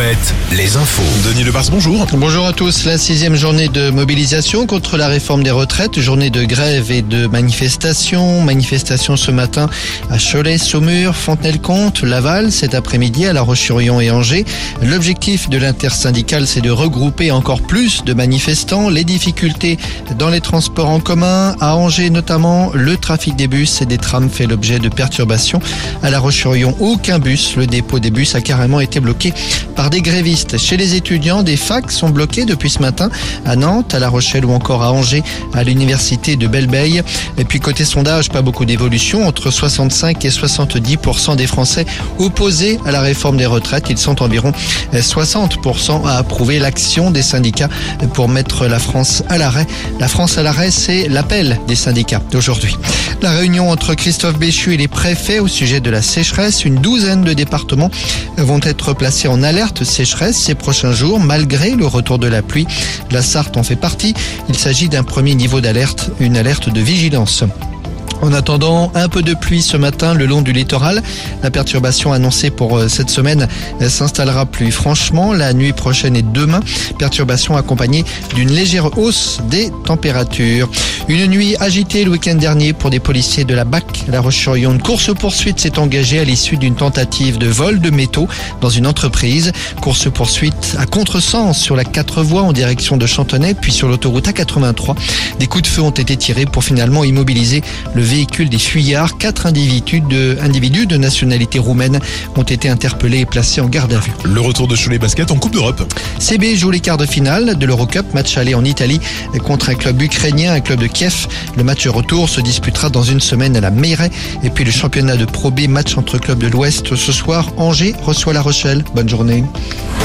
Basket, les infos. Denis Lebars, bonjour. Bonjour à tous. La 6e journée de mobilisation contre la réforme des retraites, journée de grève et de manifestation. Manifestation ce matin à Cholet, Saumur, Fontenay-le-Comte, Laval, cet après-midi à La Roche-sur-Yon et Angers. L'objectif de l'intersyndicale, c'est de regrouper encore plus de manifestants. Les difficultés dans les transports en commun, à Angers notamment, le trafic des bus et des trams fait l'objet de perturbations. À La Roche-sur-Yon, aucun bus. Le dépôt des bus a carrément été bloqué par des grévistes. Chez les étudiants, des facs sont bloqués depuis ce matin à Nantes, à La Rochelle ou encore à Angers, à l'université de Belleveille. Et puis côté sondage, pas beaucoup d'évolution. Entre 65 et 70% des Français opposés à la réforme des retraites. Ils sont environ 60% à approuver l'action des syndicats pour mettre la France à l'arrêt. La France à l'arrêt, c'est l'appel des syndicats d'aujourd'hui. La réunion entre Christophe Béchu et les préfets au sujet de la sécheresse. Une douzaine de départements vont être placés en alerte sécheresse ces prochains jours, malgré le retour de la pluie. La Sarthe en fait partie. Il s'agit d'un premier niveau d'alerte, une alerte de vigilance. En attendant, un peu de pluie ce matin le long du littoral. La perturbation annoncée pour cette semaine s'installera plus franchement la nuit prochaine et demain. Perturbation accompagnée d'une légère hausse des températures. Une nuit agitée le week-end dernier pour des policiers de la BAC. La Roche-sur-Yon, une course-poursuite s'est engagée à l'issue d'une tentative de vol de métaux dans une entreprise. Course-poursuite à contresens sur la 4 voies en direction de Chantonnay, puis sur l'autoroute A83. Des coups de feu ont été tirés pour finalement immobiliser le véhicule des fuyards. 4 individus de nationalité roumaine ont été interpellés et placés en garde à vue. Le retour de Cholet Basket en Coupe d'Europe. CB joue les quarts de finale de l'Eurocup, match aller en Italie contre un club ukrainien, un club de Kiev. Le match retour se disputera dans une semaine à la Meiret. Et puis le championnat de Pro B, match entre clubs de l'Ouest ce soir. Angers reçoit La Rochelle. Bonne journée.